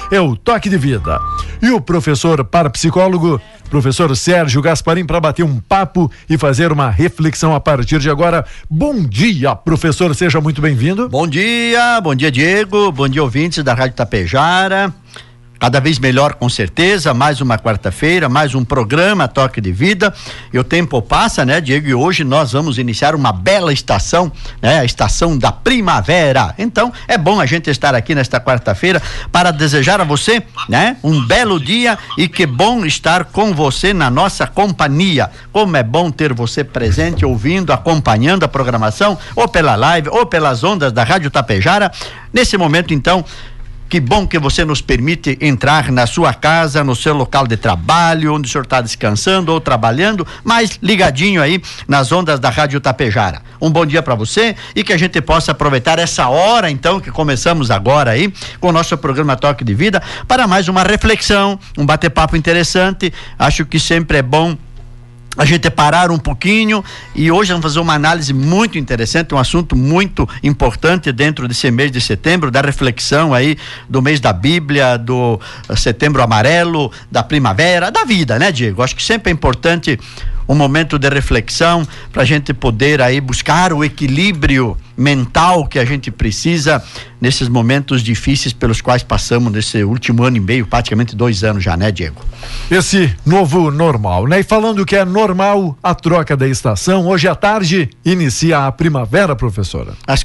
é o Toque de Vida. E o professor parapsicólogo, professor Sérgio Gasparim, para bater um papo e fazer uma reflexão a partir de agora. Bom dia, professor, seja muito bem-vindo. Bom dia Diego, bom dia ouvintes da Rádio Tapejara. Cada vez melhor, com certeza, mais uma quarta-feira, mais um programa Toque de Vida, e o tempo passa, né, Diego, e hoje nós vamos iniciar uma bela estação, né, a estação da primavera. Então, é bom a gente estar aqui nesta quarta-feira para desejar a você, né, um belo dia, e que bom estar com você na nossa companhia. Como é bom ter você presente, ouvindo, acompanhando a programação, ou pela live, ou pelas ondas da Rádio Tapejara. Nesse momento, então, que bom que você nos permite entrar na sua casa, no seu local de trabalho, onde o senhor está descansando ou trabalhando, mas ligadinho aí nas ondas da Rádio Tapejara. Um bom dia para você e que a gente possa aproveitar essa hora, então, que começamos agora aí, com o nosso programa Toque de Vida, para mais uma reflexão, um bate-papo interessante. Acho que sempre é bom a gente parar um pouquinho, e hoje vamos fazer uma análise muito interessante, um assunto muito importante dentro desse mês de setembro, da reflexão aí do mês da Bíblia, do Setembro Amarelo, da primavera, da vida, né, Diego? Acho que sempre é importante um momento de reflexão para a gente poder aí buscar o equilíbrio mental que a gente precisa nesses momentos difíceis pelos quais passamos nesse último ano e meio, praticamente 2 anos já, né, Diego? Esse novo normal, né? E falando que é normal a troca da estação, hoje à tarde inicia a primavera, professora. Às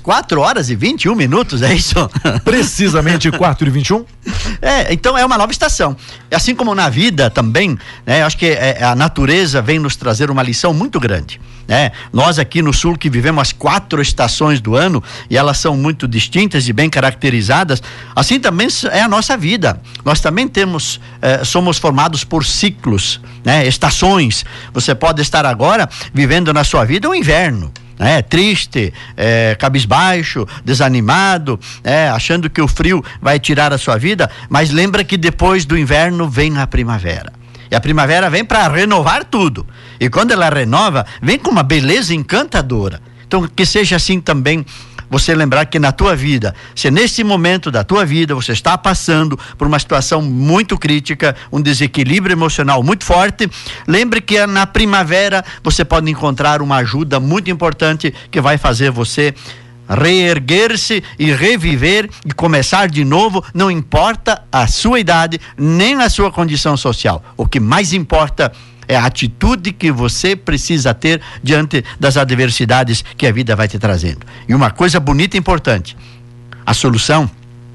4h21, é isso? Precisamente 4h21? Então é uma nova estação. Assim como na vida também, né? Acho que a natureza vem nos trazer uma lição muito grande, né? Nós aqui no sul que vivemos as 4 estações do ano, e elas são muito distintas e bem caracterizadas, assim também é a nossa vida. Nós também somos formados por ciclos, né? Estações. Você pode estar agora vivendo na sua vida o inverno, triste, cabisbaixo, desanimado, achando que o frio vai tirar a sua vida, mas lembra que depois do inverno vem a primavera. E a primavera vem para renovar tudo. E quando ela renova, vem com uma beleza encantadora. Então, que seja assim também, você lembrar que na tua vida, se nesse momento da tua vida você está passando por uma situação muito crítica, um desequilíbrio emocional muito forte, lembre que na primavera você pode encontrar uma ajuda muito importante que vai fazer você reerguer-se e reviver e começar de novo, não importa a sua idade, nem a sua condição social. O que mais importa é a atitude que você precisa ter diante das adversidades que a vida vai te trazendo. E uma coisa bonita e importante: a solução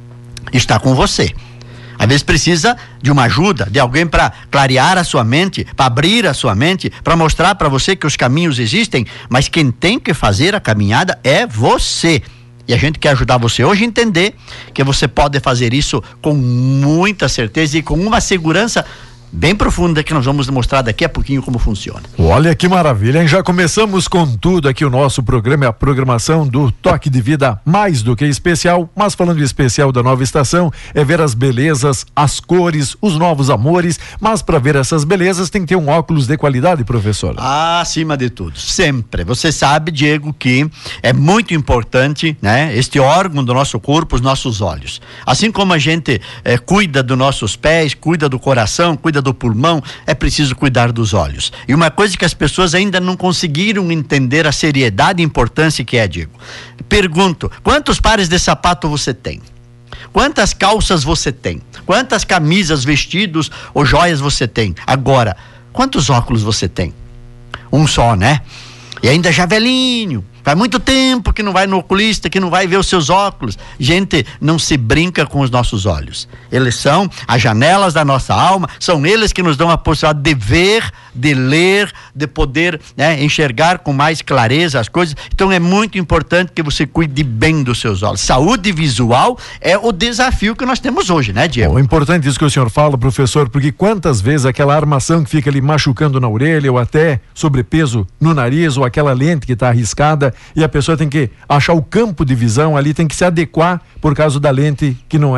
está com você. Às vezes precisa de uma ajuda, de alguém para clarear a sua mente, para abrir a sua mente, para mostrar para você que os caminhos existem, mas quem tem que fazer a caminhada é você. E a gente quer ajudar você hoje a entender que você pode fazer isso com muita certeza e com uma segurança bem profunda, que nós vamos mostrar daqui a pouquinho como funciona. Olha que maravilha, hein? Já começamos com tudo aqui o nosso programa, a programação do Toque de Vida mais do que especial, mas falando de especial da nova estação, é ver as belezas, as cores, os novos amores, mas para ver essas belezas tem que ter um óculos de qualidade, professor. Acima de tudo, sempre. Você sabe, Diego, que é muito importante, né? Este órgão do nosso corpo, os nossos olhos. Assim como a gente cuida dos nossos pés, cuida do coração, cuida do pulmão, é preciso cuidar dos olhos. E uma coisa que as pessoas ainda não conseguiram entender a seriedade e importância que é, Diego. Pergunto, quantos pares de sapato você tem? Quantas calças você tem? Quantas camisas, vestidos ou joias você tem? Agora, quantos óculos você tem? Um só, né? E ainda já velhinho. Faz muito tempo que não vai no oculista, que não vai ver os seus óculos. Gente, não se brinca com os nossos olhos. Eles são as janelas da nossa alma, são eles que nos dão a possibilidade de ver, de ler, de poder, enxergar com mais clareza as coisas. Então é muito importante que você cuide bem dos seus olhos. Saúde visual é o desafio que nós temos hoje, né, Diego? Bom, importante isso que o senhor fala, professor, porque quantas vezes aquela armação que fica ali machucando na orelha, ou até sobrepeso no nariz, ou aquela lente que está arriscada, e a pessoa tem que achar o campo de visão ali, tem que se adequar por causa da lente que não é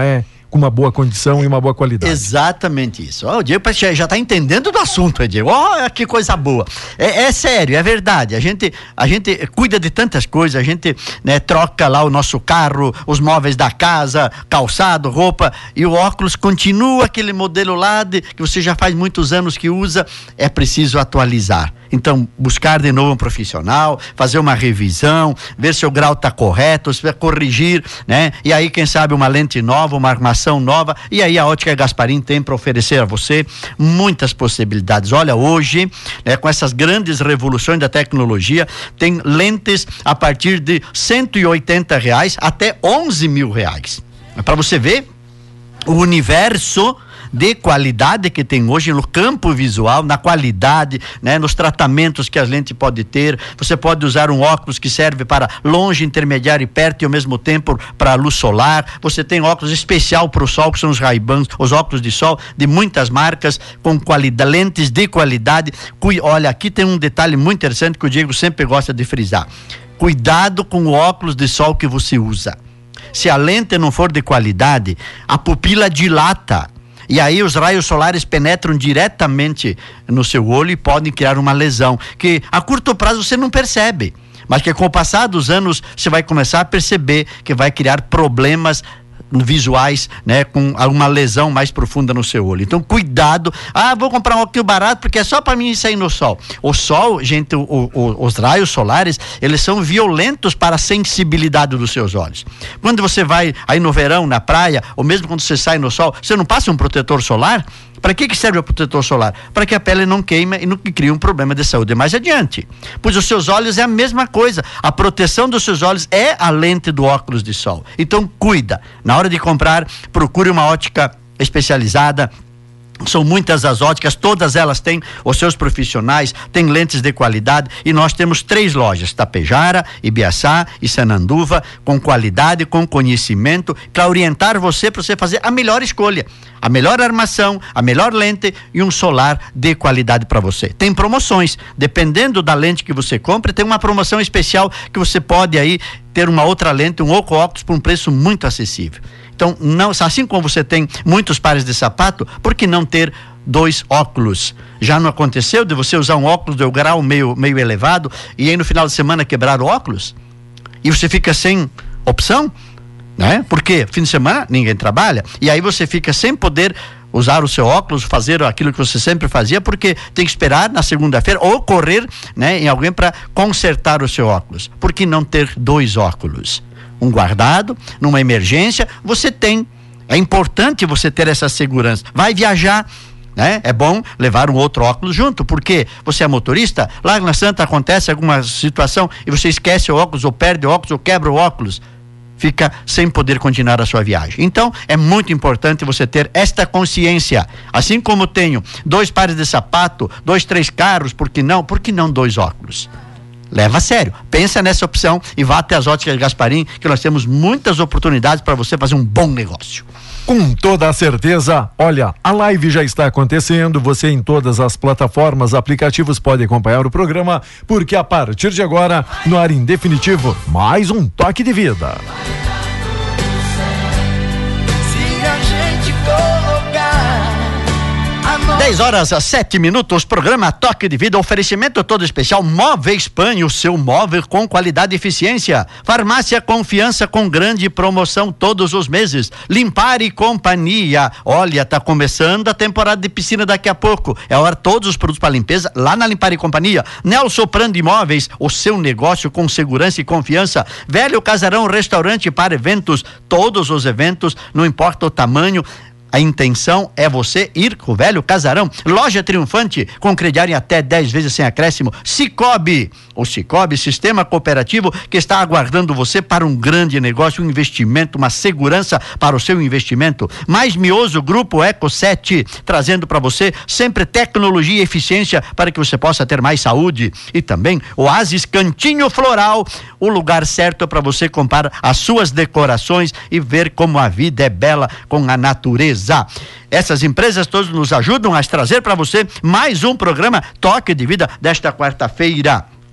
com uma boa condição e uma boa qualidade. Exatamente isso. O Diego já está entendendo do assunto, Diego. Que coisa boa. É sério, é verdade. A gente cuida de tantas coisas, a gente, né, troca lá o nosso carro, os móveis da casa, calçado, roupa, e o óculos continua aquele modelo lá que você já faz muitos anos que usa. É preciso atualizar. Então, buscar de novo um profissional, fazer uma revisão, ver se o grau está correto, se vai corrigir, né? E aí, quem sabe, uma lente nova, uma armação nova. E aí, a Ótica Gasparim tem para oferecer a você muitas possibilidades. Olha, hoje, né, com essas grandes revoluções da tecnologia, tem lentes a partir de R$180 até R$11.000. É para você ver o universo de qualidade que tem hoje no campo visual, na qualidade, né, nos tratamentos que as lentes podem ter. Você pode usar um óculos que serve para longe, intermediário e perto, e ao mesmo tempo para a luz solar. Você tem óculos especial para o sol, que são os Ray-Bans, os óculos de sol de muitas marcas, com qualidade, lentes de qualidade. Olha, aqui tem um detalhe muito interessante que o Diego sempre gosta de frisar. Cuidado com o óculos de sol que você usa. Se a lente não for de qualidade, a pupila dilata. E aí os raios solares penetram diretamente no seu olho e podem criar uma lesão, que a curto prazo você não percebe, mas que com o passar dos anos você vai começar a perceber que vai criar problemas visuais, né, com alguma lesão mais profunda no seu olho. Então, cuidado. Vou comprar um óculos barato porque é só para mim sair no sol. O sol, gente, os raios solares, eles são violentos para a sensibilidade dos seus olhos. Quando você vai aí no verão, na praia, ou mesmo quando você sai no sol, você não passa um protetor solar? Para que serve o protetor solar? Para que a pele não queime e não crie um problema de saúde mais adiante. Pois os seus olhos é a mesma coisa. A proteção dos seus olhos é a lente do óculos de sol. Então, cuida. Na hora de comprar, procure uma ótica especializada. São muitas as óticas, todas elas têm os seus profissionais, têm lentes de qualidade, e nós temos 3 lojas, Tapejara, Ibiaçá e Sananduva, com qualidade, com conhecimento, para orientar você, para você fazer a melhor escolha, a melhor armação, a melhor lente e um solar de qualidade para você. Tem promoções, dependendo da lente que você compra, tem uma promoção especial que você pode aí ter uma outra lente, um outro óculos por um preço muito acessível. Então, assim como você tem muitos pares de sapato, por que não ter 2 óculos? Já não aconteceu de você usar um óculos de grau meio elevado e aí no final de semana quebrar o óculos? E você fica sem opção, né? Porque fim de semana ninguém trabalha e aí você fica sem poder usar o seu óculos, fazer aquilo que você sempre fazia, porque tem que esperar na segunda-feira ou correr, né, em alguém para consertar o seu óculos. Por que não ter 2 óculos? Um guardado, numa emergência, você tem. É importante você ter essa segurança. Vai viajar, né? É bom levar um outro óculos junto, porque você é motorista, lá na Santa acontece alguma situação e você esquece o óculos, ou perde o óculos, ou quebra o óculos, fica sem poder continuar a sua viagem. Então, é muito importante você ter esta consciência. Assim como tenho 2 pares de sapato, 2, 3 carros, por que não 2 óculos? Leva a sério, pensa nessa opção e vá até as Óticas Gasparim, que nós temos muitas oportunidades para você fazer um bom negócio. Com toda a certeza, olha, a live já está acontecendo, você em todas as plataformas, aplicativos pode acompanhar o programa, porque a partir de agora, no ar em definitivo, mais um Toque de Vida. 10h07, programa Toque de Vida, oferecimento todo especial Móveis Pan, o seu móvel com qualidade e eficiência. Farmácia Confiança com grande promoção todos os meses. Limpar e Companhia, olha, tá começando a temporada de piscina daqui a pouco, é hora todos os produtos para limpeza lá na Limpar e Companhia. Nelson Prando Imóveis, o seu negócio com segurança e confiança. Velho Casarão Restaurante para eventos, todos os eventos, não importa o tamanho. A intenção é você ir com o Velho Casarão. Loja Triunfante, com crediário em até 10 vezes sem acréscimo. Cicobi, o Cicobi, sistema cooperativo que está aguardando você para um grande negócio, um investimento, uma segurança para o seu investimento. Mais Mioso, Grupo Eco 7, trazendo para você sempre tecnologia e eficiência para que você possa ter mais saúde. E também Oasis Cantinho Floral, o lugar certo para você comprar as suas decorações e ver como a vida é bela com a natureza. Essas empresas todas nos ajudam a trazer para você mais um programa Toque de Vida desta quarta-feira.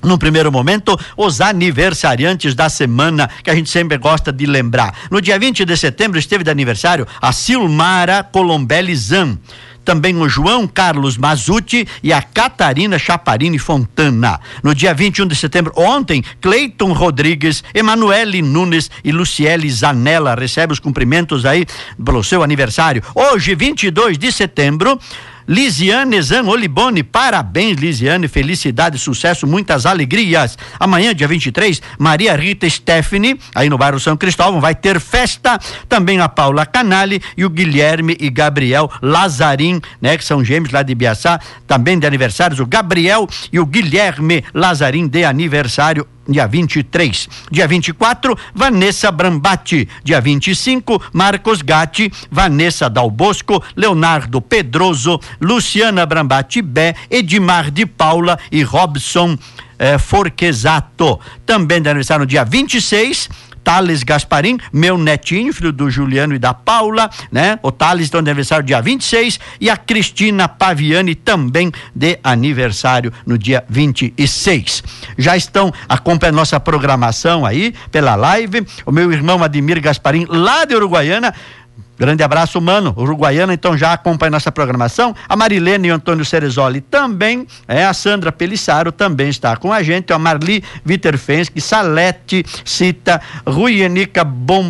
No primeiro momento, os aniversariantes da semana, que a gente sempre gosta de lembrar. No dia 20 de setembro esteve de aniversário a Silmara Colombelli Zan. Também o João Carlos Mazuti e a Catarina Chaparini Fontana. No dia 21 de setembro, ontem, Cleiton Rodrigues, Emanuele Nunes e Luciele Zanella recebem os cumprimentos aí pelo seu aniversário. Hoje, 22 de setembro, Lisiane Zan Olibone, parabéns Lisiane, felicidade, sucesso, muitas alegrias. Amanhã, dia 23, Maria Rita Stephanie, aí no bairro São Cristóvão, vai ter festa. Também a Paula Canali e o Guilherme e Gabriel Lazarim, né, que são gêmeos lá de Ibiaçá, também de aniversários, o Gabriel e o Guilherme Lazarim de aniversário. Dia 23. Dia 24, Vanessa Brambati. Dia 25, Marcos Gatti, Vanessa Dal Bosco, Leonardo Pedroso, Luciana Brambati Bé, Edmar de Paula e Robson Forquesato. Também de aniversário no dia 26, Thales Gasparim, meu netinho, filho do Juliano e da Paula, né? O Thales estão de aniversário dia 26 e a Cristina Paviani também de aniversário no dia 26. Já estão acompanhando nossa programação aí pela live. O meu irmão Ademir Gasparim, lá de Uruguaiana. Grande abraço, mano. Uruguaiana, então já acompanha nossa programação. A Marilene e o Antônio Cerezoli também. A Sandra Pelissaro também está com a gente. A Marli Viterfensky, Salete Cita, Ruienica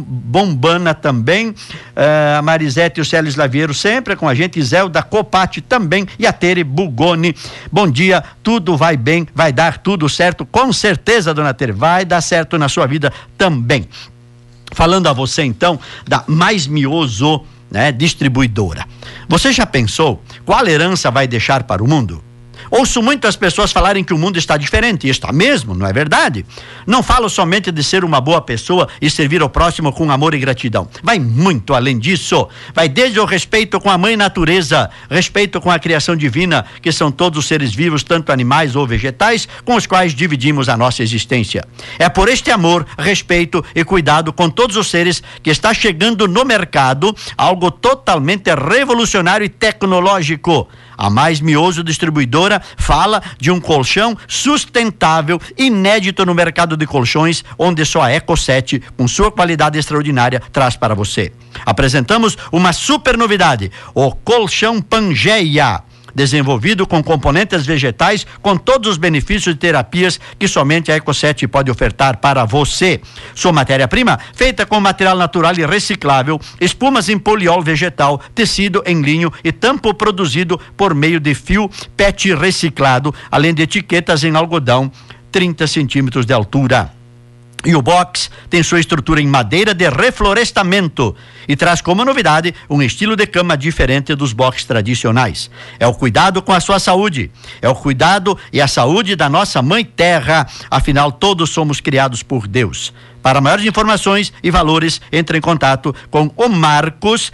Bombana também. A Marisete e o Célio Slaviero sempre com a gente. Zelda Copati também. E a Tere Bugoni. Bom dia, tudo vai bem, vai dar tudo certo. Com certeza, dona Tere, vai dar certo na sua vida também. Falando a você então da Mais Mioso, né, distribuidora. Você já pensou qual herança vai deixar para o mundo? Ouço muitas pessoas falarem que o mundo está diferente, e está mesmo, não é verdade? Não falo somente de ser uma boa pessoa e servir ao próximo com amor e gratidão. Vai muito além disso. Vai desde o respeito com a mãe natureza, respeito com a criação divina, que são todos os seres vivos, tanto animais ou vegetais, com os quais dividimos a nossa existência. É por este amor, respeito e cuidado com todos os seres que está chegando no mercado algo totalmente revolucionário e tecnológico. A Mais Mioso Distribuidora fala de um colchão sustentável, inédito no mercado de colchões, onde só a Eco7, com sua qualidade extraordinária, traz para você. Apresentamos uma super novidade, o colchão Pangeia, desenvolvido com componentes vegetais, com todos os benefícios de terapias que somente a Eco7 pode ofertar para você. Sua matéria-prima, feita com material natural e reciclável, espumas em poliol vegetal, tecido em linho e tampo produzido por meio de fio PET reciclado, além de etiquetas em algodão, 30 centímetros de altura. E o box tem sua estrutura em madeira de reflorestamento e traz como novidade um estilo de cama diferente dos boxes tradicionais. É o cuidado com a sua saúde, é o cuidado e a saúde da nossa mãe terra, afinal todos somos criados por Deus. Para maiores informações e valores, entre em contato com o Marcos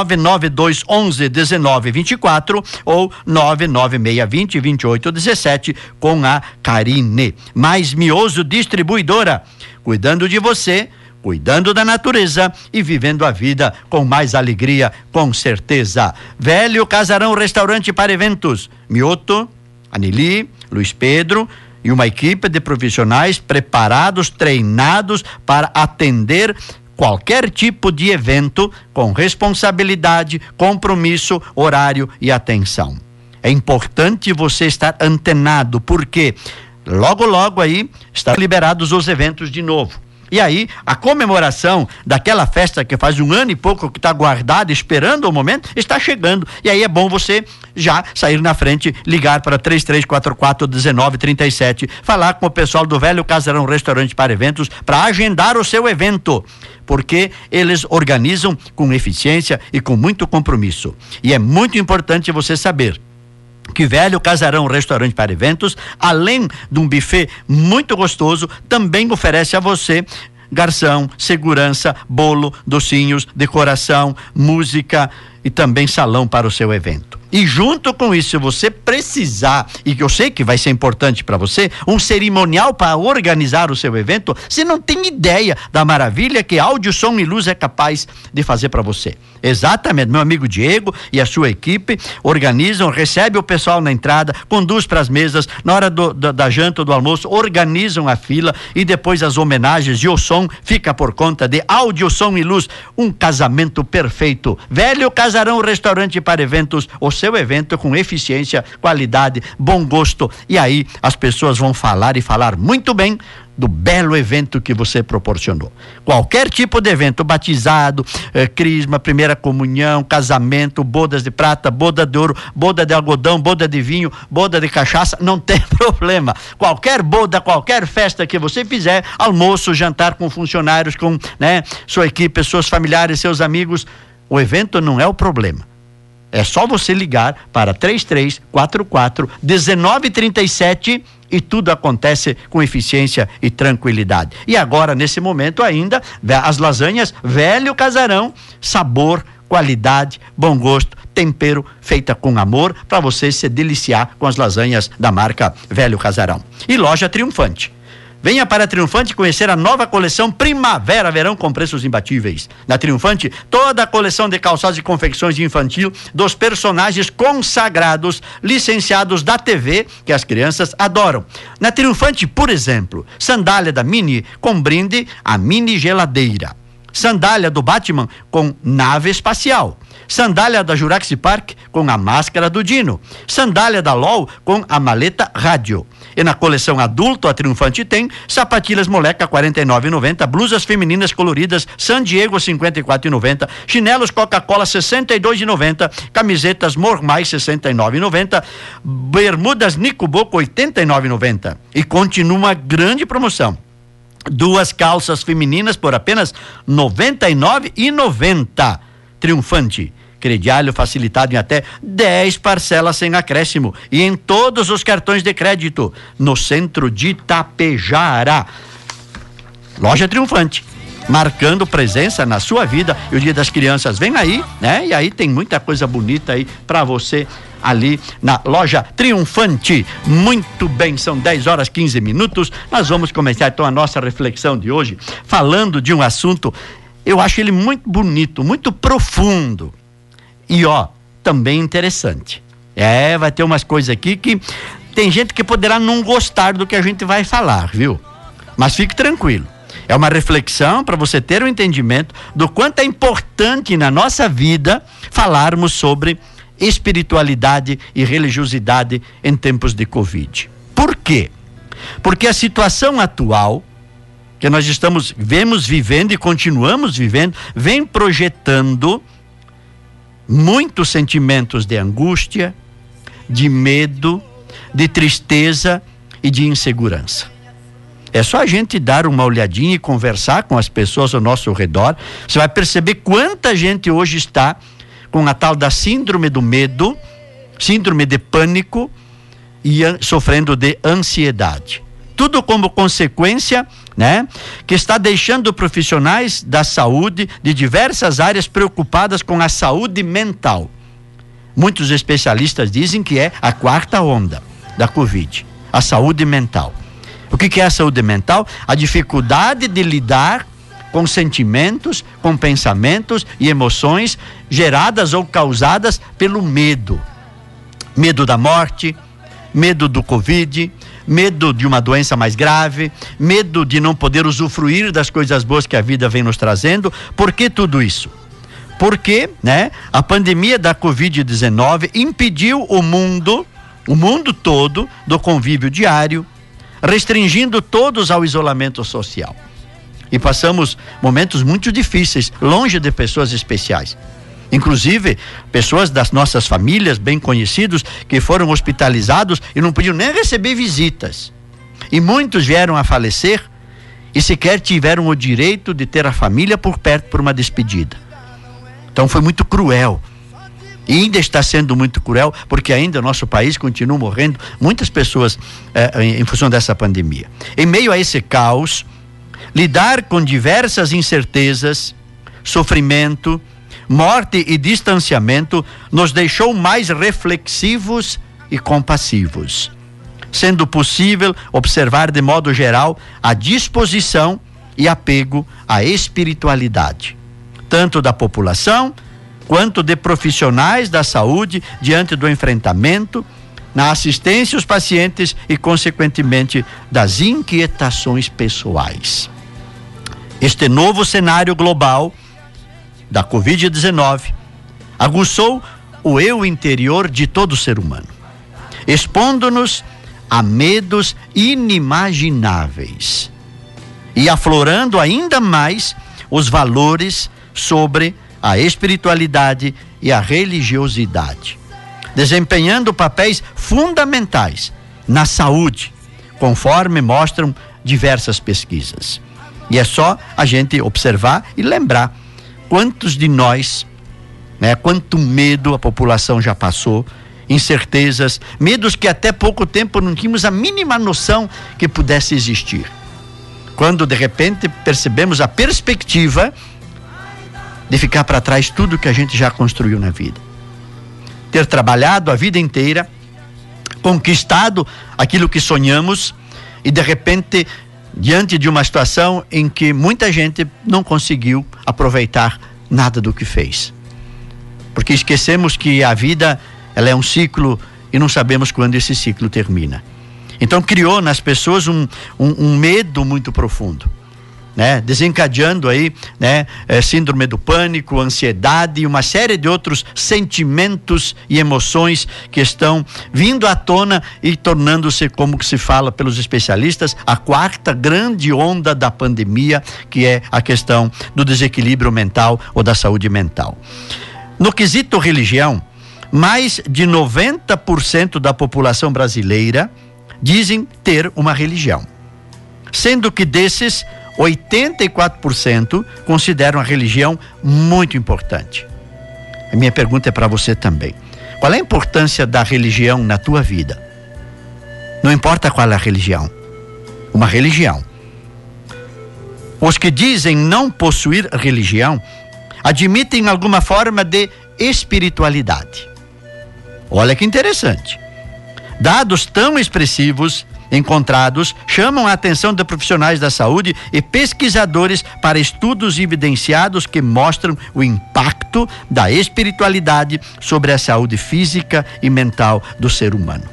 992111924 ou 996202817 com a Karine. Mais Mioso Distribuidora, cuidando de você, cuidando da natureza e vivendo a vida com mais alegria, com certeza. Velho Casarão Restaurante para Eventos, Mioto, Anili, Luiz Pedro e uma equipe de profissionais preparados, treinados para atender qualquer tipo de evento com responsabilidade, compromisso, horário e atenção. É importante você estar antenado, porque logo aí estão liberados os eventos de novo. E aí, a comemoração daquela festa que faz 1 ano e pouco que está guardada, esperando o momento, está chegando. E aí é bom você já sair na frente, ligar para 3344-1937, falar com o pessoal do Velho Casarão Restaurante para Eventos para agendar o seu evento, porque eles organizam com eficiência e com muito compromisso. E é muito importante você saber que Velho Casarão Restaurante para Eventos, além de um buffet muito gostoso, também oferece a você garçom, segurança, bolo, docinhos, decoração, música e também salão para o seu evento. E junto com isso, se você precisar, e que eu sei que vai ser importante para você, um cerimonial para organizar o seu evento, você não tem ideia da maravilha que áudio, som e luz é capaz de fazer para você. Exatamente, meu amigo Diego e a sua equipe organizam, recebe o pessoal na entrada, conduz para as mesas, na hora da janta ou do almoço, organizam a fila e depois as homenagens e o som fica por conta de áudio, som e luz. Um casamento perfeito. Velho Casarão Restaurante para Eventos, o seu evento com eficiência, qualidade, bom gosto, e aí as pessoas vão falar e falar muito bem do belo evento que você proporcionou. Qualquer tipo de evento, batizado, crisma, primeira comunhão, casamento, bodas de prata, boda de ouro, boda de algodão, boda de vinho, boda de cachaça, não tem problema. Qualquer boda, qualquer festa que você fizer, almoço, jantar com funcionários, com, né, sua equipe, seus familiares, seus amigos, o evento não é o problema. É só você ligar para 3344-1937 e tudo acontece com eficiência e tranquilidade. E agora, nesse momento ainda, as lasanhas Velho Casarão, sabor, qualidade, bom gosto, tempero, feita com amor, para você se deliciar com as lasanhas da marca Velho Casarão. E loja Triunfante. Venha para a Triunfante conhecer a nova coleção Primavera-Verão com preços imbatíveis. Na Triunfante, toda a coleção de calçados e confecções de infantil dos personagens consagrados, licenciados da TV, que as crianças adoram. Na Triunfante, por exemplo, sandália da Mini com brinde a mini geladeira. Sandália do Batman com nave espacial. Sandália da Jurassic Park com a máscara do Dino. Sandália da LOL com a maleta rádio. E na coleção adulto, a Triunfante tem sapatilhas Moleca 49,90, blusas femininas coloridas San Diego 54,90, chinelos Coca-Cola 62,90, camisetas Mormais 69,90, bermudas Nico Boco 89,90. E continua uma grande promoção. 2 calças femininas por apenas R$ 99,90. Triunfante. Crediário facilitado em até 10 parcelas sem acréscimo e em todos os cartões de crédito no centro de Itapejara. Loja Triunfante, marcando presença na sua vida. E o Dia das Crianças vem aí, né? E aí tem muita coisa bonita aí para você ali na loja Triunfante. Muito bem, são 10h15. Nós vamos começar então a nossa reflexão de hoje falando de um assunto, eu acho ele muito bonito, muito profundo. E também interessante. Vai ter umas coisas aqui que tem gente que poderá não gostar do que a gente vai falar, viu? Mas fique tranquilo. É uma reflexão para você ter um entendimento do quanto é importante na nossa vida falarmos sobre espiritualidade e religiosidade em tempos de Covid. Por quê? Porque a situação atual que nós vemos vivendo e continuamos vivendo, vem projetando muitos sentimentos de angústia, de medo, de tristeza e de insegurança. É só a gente dar uma olhadinha e conversar com as pessoas ao nosso redor, você vai perceber quanta gente hoje está com a tal da síndrome do medo, síndrome de pânico e sofrendo de ansiedade. Tudo como consequência, né, que está deixando profissionais da saúde de diversas áreas preocupadas com a saúde mental. Muitos especialistas dizem que é a 4ª onda da Covid, a saúde mental. O que é a saúde mental? A dificuldade de lidar com sentimentos, com pensamentos e emoções geradas ou causadas pelo medo. Medo da morte, medo do Covid, medo de uma doença mais grave, medo de não poder usufruir das coisas boas que a vida vem nos trazendo. Por que tudo isso? Porque, né, a pandemia da Covid-19 impediu o mundo todo do convívio diário, restringindo todos ao isolamento social. E passamos momentos muito difíceis, longe de pessoas especiais. Inclusive, pessoas das nossas famílias, bem conhecidos, que foram hospitalizados e não podiam nem receber visitas. E muitos vieram a falecer e sequer tiveram o direito de ter a família por perto por uma despedida. Então foi muito cruel. E ainda está sendo muito cruel, porque ainda o nosso país continua morrendo muitas pessoas em função dessa pandemia. Em meio a esse caos, lidar com diversas incertezas, sofrimento, morte e distanciamento nos deixou mais reflexivos e compassivos, sendo possível observar de modo geral a disposição e apego à espiritualidade, tanto da população quanto de profissionais da saúde diante do enfrentamento, na assistência aos pacientes e, consequentemente, das inquietações pessoais. Este novo cenário global da Covid-19 aguçou o eu interior de todo ser humano, expondo-nos a medos inimagináveis e aflorando ainda mais os valores sobre a espiritualidade e a religiosidade, desempenhando papéis fundamentais na saúde, conforme mostram diversas pesquisas. E é só a gente observar e lembrar quantos de nós, quanto medo a população já passou, incertezas, medos que até pouco tempo não tínhamos a mínima noção que pudesse existir. Quando de repente percebemos a perspectiva de ficar para trás tudo que a gente já construiu na vida. Ter trabalhado a vida inteira, conquistado aquilo que sonhamos e de repente, diante de uma situação em que muita gente não conseguiu aproveitar nada do que fez. Porque esquecemos que a vida, ela é um ciclo e não sabemos quando esse ciclo termina. Então criou nas pessoas um medo muito profundo, desencadeando aí, síndrome do pânico, ansiedade e uma série de outros sentimentos e emoções que estão vindo à tona e tornando-se, como que se fala pelos especialistas, a quarta grande onda da pandemia, que é a questão do desequilíbrio mental ou da saúde mental. No quesito religião, mais de 90% da população brasileira dizem ter uma religião, sendo que desses 84% consideram a religião muito importante. A minha pergunta é para você também. Qual é a importância da religião na tua vida? Não importa qual é a religião. Uma religião. Os que dizem não possuir religião admitem alguma forma de espiritualidade. Olha que interessante. Dados tão expressivos encontrados chamam a atenção de profissionais da saúde e pesquisadores para estudos evidenciados que mostram o impacto da espiritualidade sobre a saúde física e mental do ser humano.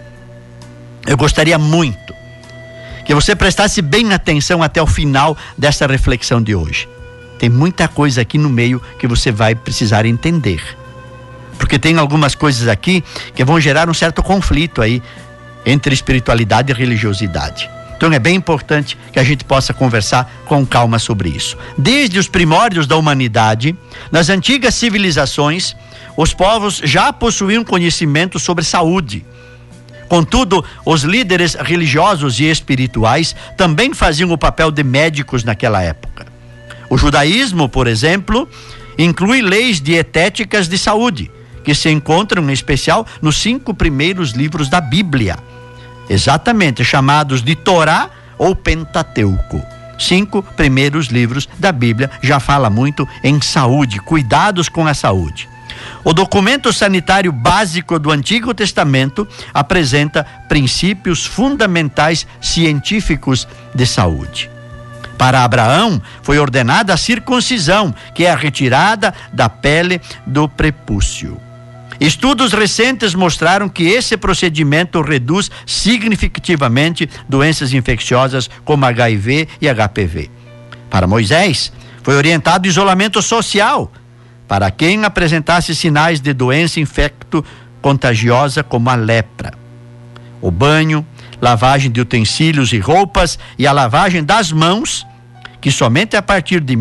Eu gostaria muito que você prestasse bem atenção até o final dessa reflexão de hoje. Tem muita coisa aqui no meio que você vai precisar entender, porque tem algumas coisas aqui que vão gerar um certo conflito aí entre espiritualidade e religiosidade. Então é bem importante que a gente possa conversar com calma sobre isso. Desde os primórdios da humanidade, nas antigas civilizações, os povos já possuíam conhecimento sobre saúde. Contudo, os líderes religiosos e espirituais também faziam o papel de médicos naquela época. O judaísmo, por exemplo, inclui leis dietéticas de saúde, que se encontram em especial nos 5 primeiros livros da Bíblia, exatamente chamados de Torá ou Pentateuco. 5 primeiros livros da Bíblia já fala muito em saúde, cuidados com a saúde. O documento sanitário básico do Antigo Testamento apresenta princípios fundamentais científicos de saúde. Para Abraão foi ordenada a circuncisão, que é a retirada da pele do prepúcio. Estudos recentes mostraram que esse procedimento reduz significativamente doenças infecciosas como HIV e HPV. Para Moisés, foi orientado isolamento social para quem apresentasse sinais de doença infecto-contagiosa como a lepra. O banho, lavagem de utensílios e roupas e a lavagem das mãos, que somente a partir de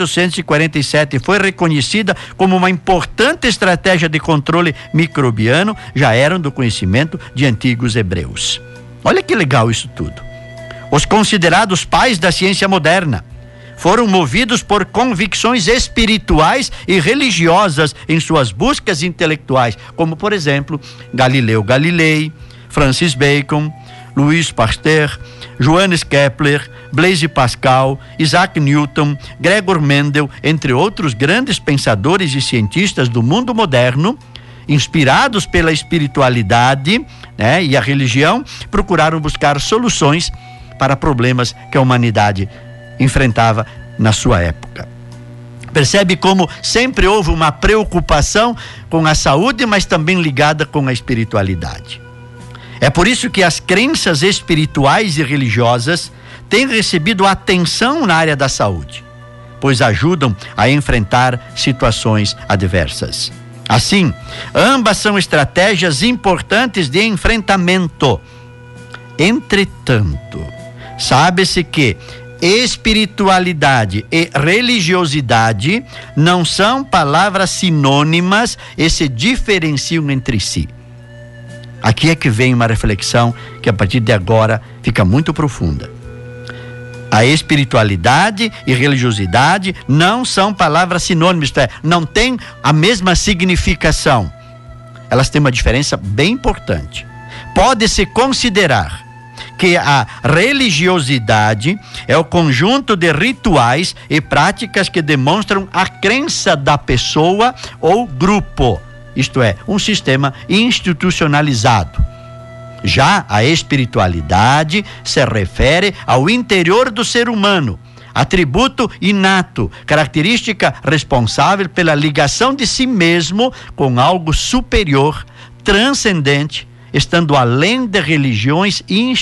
1847 foi reconhecida como uma importante estratégia de controle microbiano, já eram do conhecimento de antigos hebreus. Olha que legal isso tudo. Os considerados pais da ciência moderna foram movidos por convicções espirituais e religiosas em suas buscas intelectuais, como, por exemplo, Galileu Galilei, Francis Bacon, Louis Pasteur, Johannes Kepler, Blaise Pascal, Isaac Newton, Gregor Mendel, entre outros grandes pensadores e cientistas do mundo moderno, inspirados pela espiritualidade, né, e a religião, procuraram buscar soluções para problemas que a humanidade enfrentava na sua época. Percebe como sempre houve uma preocupação com a saúde, mas também ligada com a espiritualidade. É por isso que as crenças espirituais e religiosas têm recebido atenção na área da saúde, pois ajudam a enfrentar situações adversas. Assim, ambas são estratégias importantes de enfrentamento. Entretanto, sabe-se que espiritualidade e religiosidade não são palavras sinônimas e se diferenciam entre si. Aqui é que vem uma reflexão que a partir de agora fica muito profunda. A espiritualidade e religiosidade não são palavras sinônimas, isto é, não têm a mesma significação. Elas têm uma diferença bem importante. Pode-se considerar que a religiosidade é o conjunto de rituais e práticas que demonstram a crença da pessoa ou grupo, isto é, um sistema institucionalizado. Já a espiritualidade se refere ao interior do ser humano, atributo inato, característica responsável pela ligação de si mesmo com algo superior, transcendente, estando além de religiões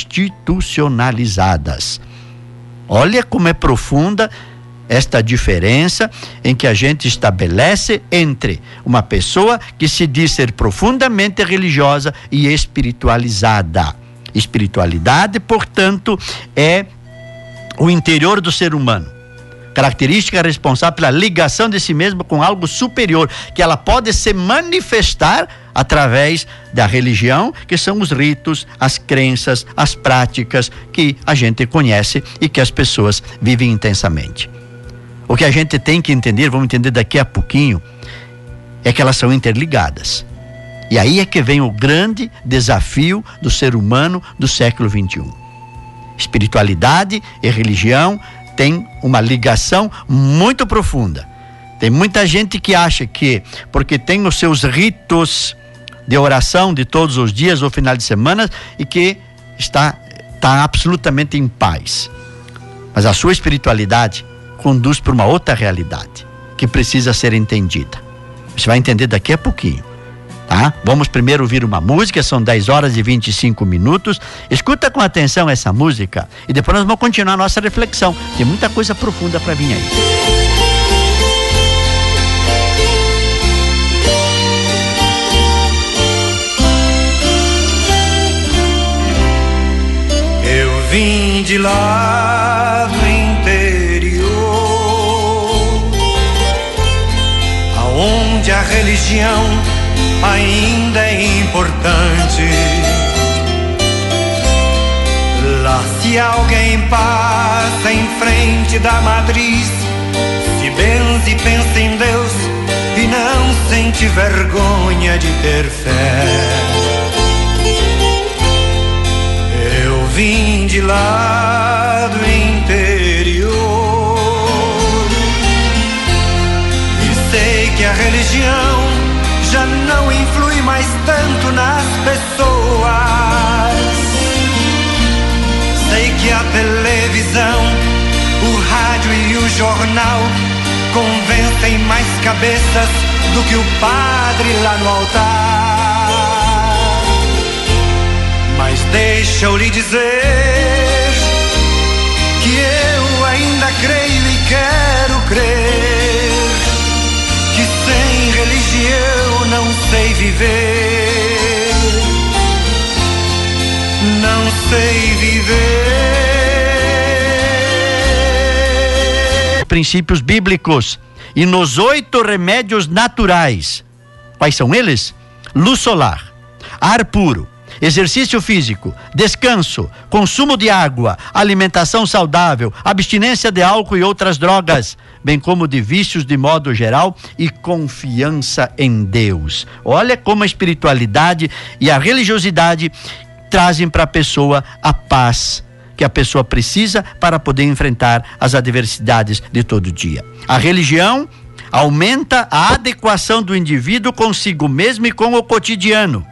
institucionalizadas. Olha como é profunda esta diferença em que a gente estabelece entre uma pessoa que se diz ser profundamente religiosa e espiritualizada. Espiritualidade, portanto, é o interior do ser humano, característica responsável pela ligação de si mesmo com algo superior, que ela pode se manifestar através da religião, que são os ritos, as crenças, as práticas que a gente conhece e que as pessoas vivem intensamente. O que a gente tem que entender, vamos entender daqui a pouquinho, é que elas são interligadas. E aí é que vem o grande desafio do ser humano do século XXI. Espiritualidade e religião têm uma ligação muito profunda. Tem muita gente que acha que, porque tem os seus ritos de oração de todos os dias ou final de semana, e que está absolutamente em paz. Mas a sua espiritualidade conduz para uma outra realidade que precisa ser entendida. Você vai entender daqui a pouquinho, tá? Vamos primeiro ouvir uma música, são 10h25. Escuta com atenção essa música e depois nós vamos continuar a nossa reflexão. Tem muita coisa profunda para vir aí. Eu vim de lá do interior, aonde a religião ainda é importante. Lá, se alguém passa em frente da matriz, se benze e pensa em Deus e não sente vergonha de ter fé. Eu vim de lá do interior e sei que a religião já não influi mais tanto nas pessoas. Sei que a televisão, o rádio e o jornal convencem mais cabeças do que o padre lá no altar. Mas deixa eu lhe dizer que eu ainda creio e quero crer que sem religião não sei viver, não sei viver. Princípios bíblicos e nos 8 remédios naturais. Quais são eles? Luz solar, ar puro, exercício físico, descanso, consumo de água, alimentação saudável, abstinência de álcool e outras drogas, bem como de vícios de modo geral e confiança em Deus. Olha como a espiritualidade e a religiosidade trazem para a pessoa a paz que a pessoa precisa para poder enfrentar as adversidades de todo dia. A religião aumenta a adequação do indivíduo consigo mesmo e com o cotidiano.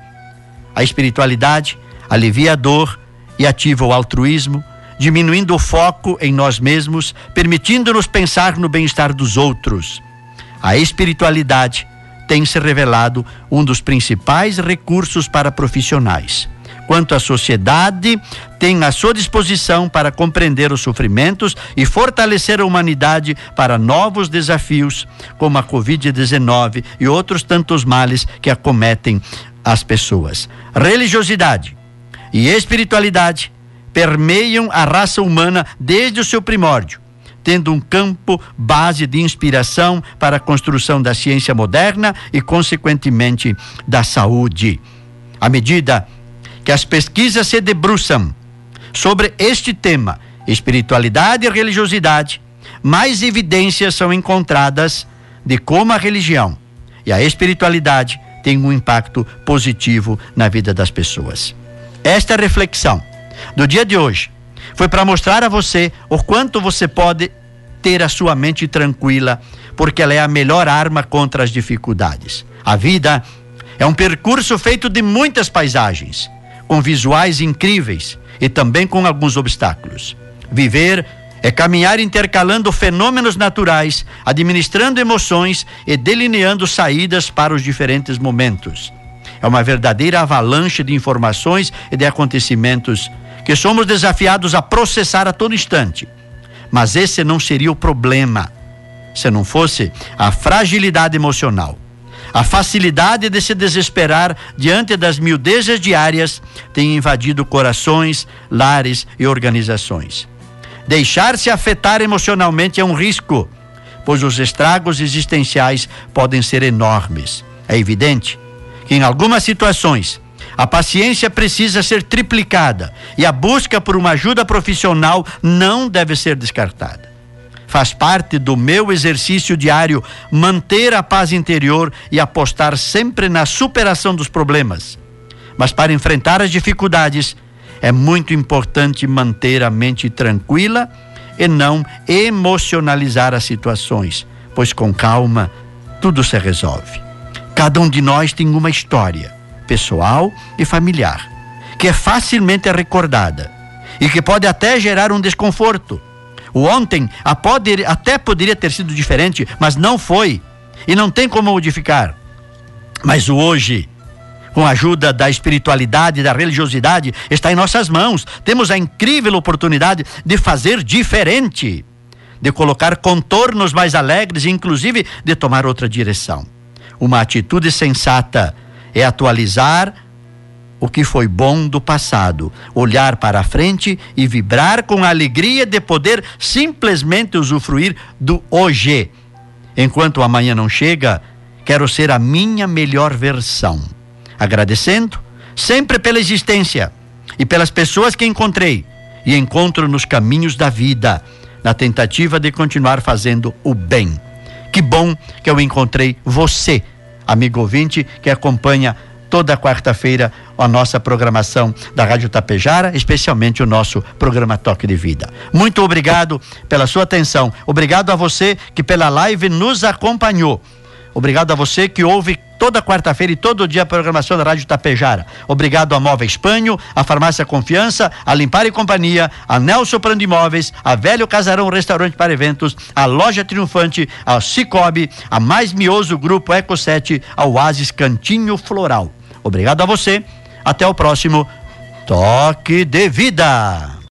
A espiritualidade alivia a dor e ativa o altruísmo, diminuindo o foco em nós mesmos, permitindo-nos pensar no bem-estar dos outros. A espiritualidade tem se revelado um dos principais recursos para profissionais. Quanto a sociedade tem à sua disposição para compreender os sofrimentos e fortalecer a humanidade para novos desafios, como a Covid-19 e outros tantos males que acometem as pessoas. Religiosidade e espiritualidade permeiam a raça humana desde o seu primórdio, tendo um campo base de inspiração para a construção da ciência moderna e, consequentemente, da saúde. À medida que as pesquisas se debruçam sobre este tema, espiritualidade e religiosidade, mais evidências são encontradas de como a religião e a espiritualidade têm um impacto positivo na vida das pessoas. Esta reflexão do dia de hoje foi para mostrar a você o quanto você pode ter a sua mente tranquila, porque ela é a melhor arma contra as dificuldades. A vida é um percurso feito de muitas paisagens, com visuais incríveis e também com alguns obstáculos. Viver é caminhar intercalando fenômenos naturais, administrando emoções e delineando saídas para os diferentes momentos. É uma verdadeira avalanche de informações e de acontecimentos que somos desafiados a processar a todo instante. Mas esse não seria o problema, se não fosse a fragilidade emocional. A facilidade de se desesperar diante das miudezas diárias tem invadido corações, lares e organizações. Deixar-se afetar emocionalmente é um risco, pois os estragos existenciais podem ser enormes. É evidente que em algumas situações a paciência precisa ser triplicada e a busca por uma ajuda profissional não deve ser descartada. Faz parte do meu exercício diário manter a paz interior e apostar sempre na superação dos problemas. Mas para enfrentar as dificuldades, é muito importante manter a mente tranquila e não emocionalizar as situações, pois com calma tudo se resolve. Cada um de nós tem uma história, pessoal e familiar, que é facilmente recordada e que pode até gerar um desconforto. O ontem até poderia ter sido diferente, mas não foi e não tem como modificar. Mas o hoje, com a ajuda da espiritualidade e da religiosidade, está em nossas mãos. Temos a incrível oportunidade de fazer diferente, de colocar contornos mais alegres e inclusive de tomar outra direção. Uma atitude sensata é atualizar o que foi bom do passado, olhar para a frente e vibrar com a alegria de poder simplesmente usufruir do hoje. Enquanto o amanhã não chega, quero ser a minha melhor versão. Agradecendo sempre pela existência e pelas pessoas que encontrei e encontro nos caminhos da vida, na tentativa de continuar fazendo o bem. Que bom que eu encontrei você, amigo ouvinte, que acompanha toda quarta-feira a nossa programação da Rádio Tapejara, especialmente o nosso programa Toque de Vida. Muito obrigado pela sua atenção. Obrigado a você que pela live nos acompanhou. Obrigado a você que ouve toda quarta-feira e todo dia a programação da Rádio Tapejara. Obrigado a Móvel Espanho, a Farmácia Confiança, a Limpar e Companhia, a Nelson Prando Imóveis, a Velho Casarão Restaurante para Eventos, a Loja Triunfante, a Cicobi, a Mais Mioso Grupo Eco 7, a Oasis Cantinho Floral. Obrigado a você. Até o próximo Toque de Vida.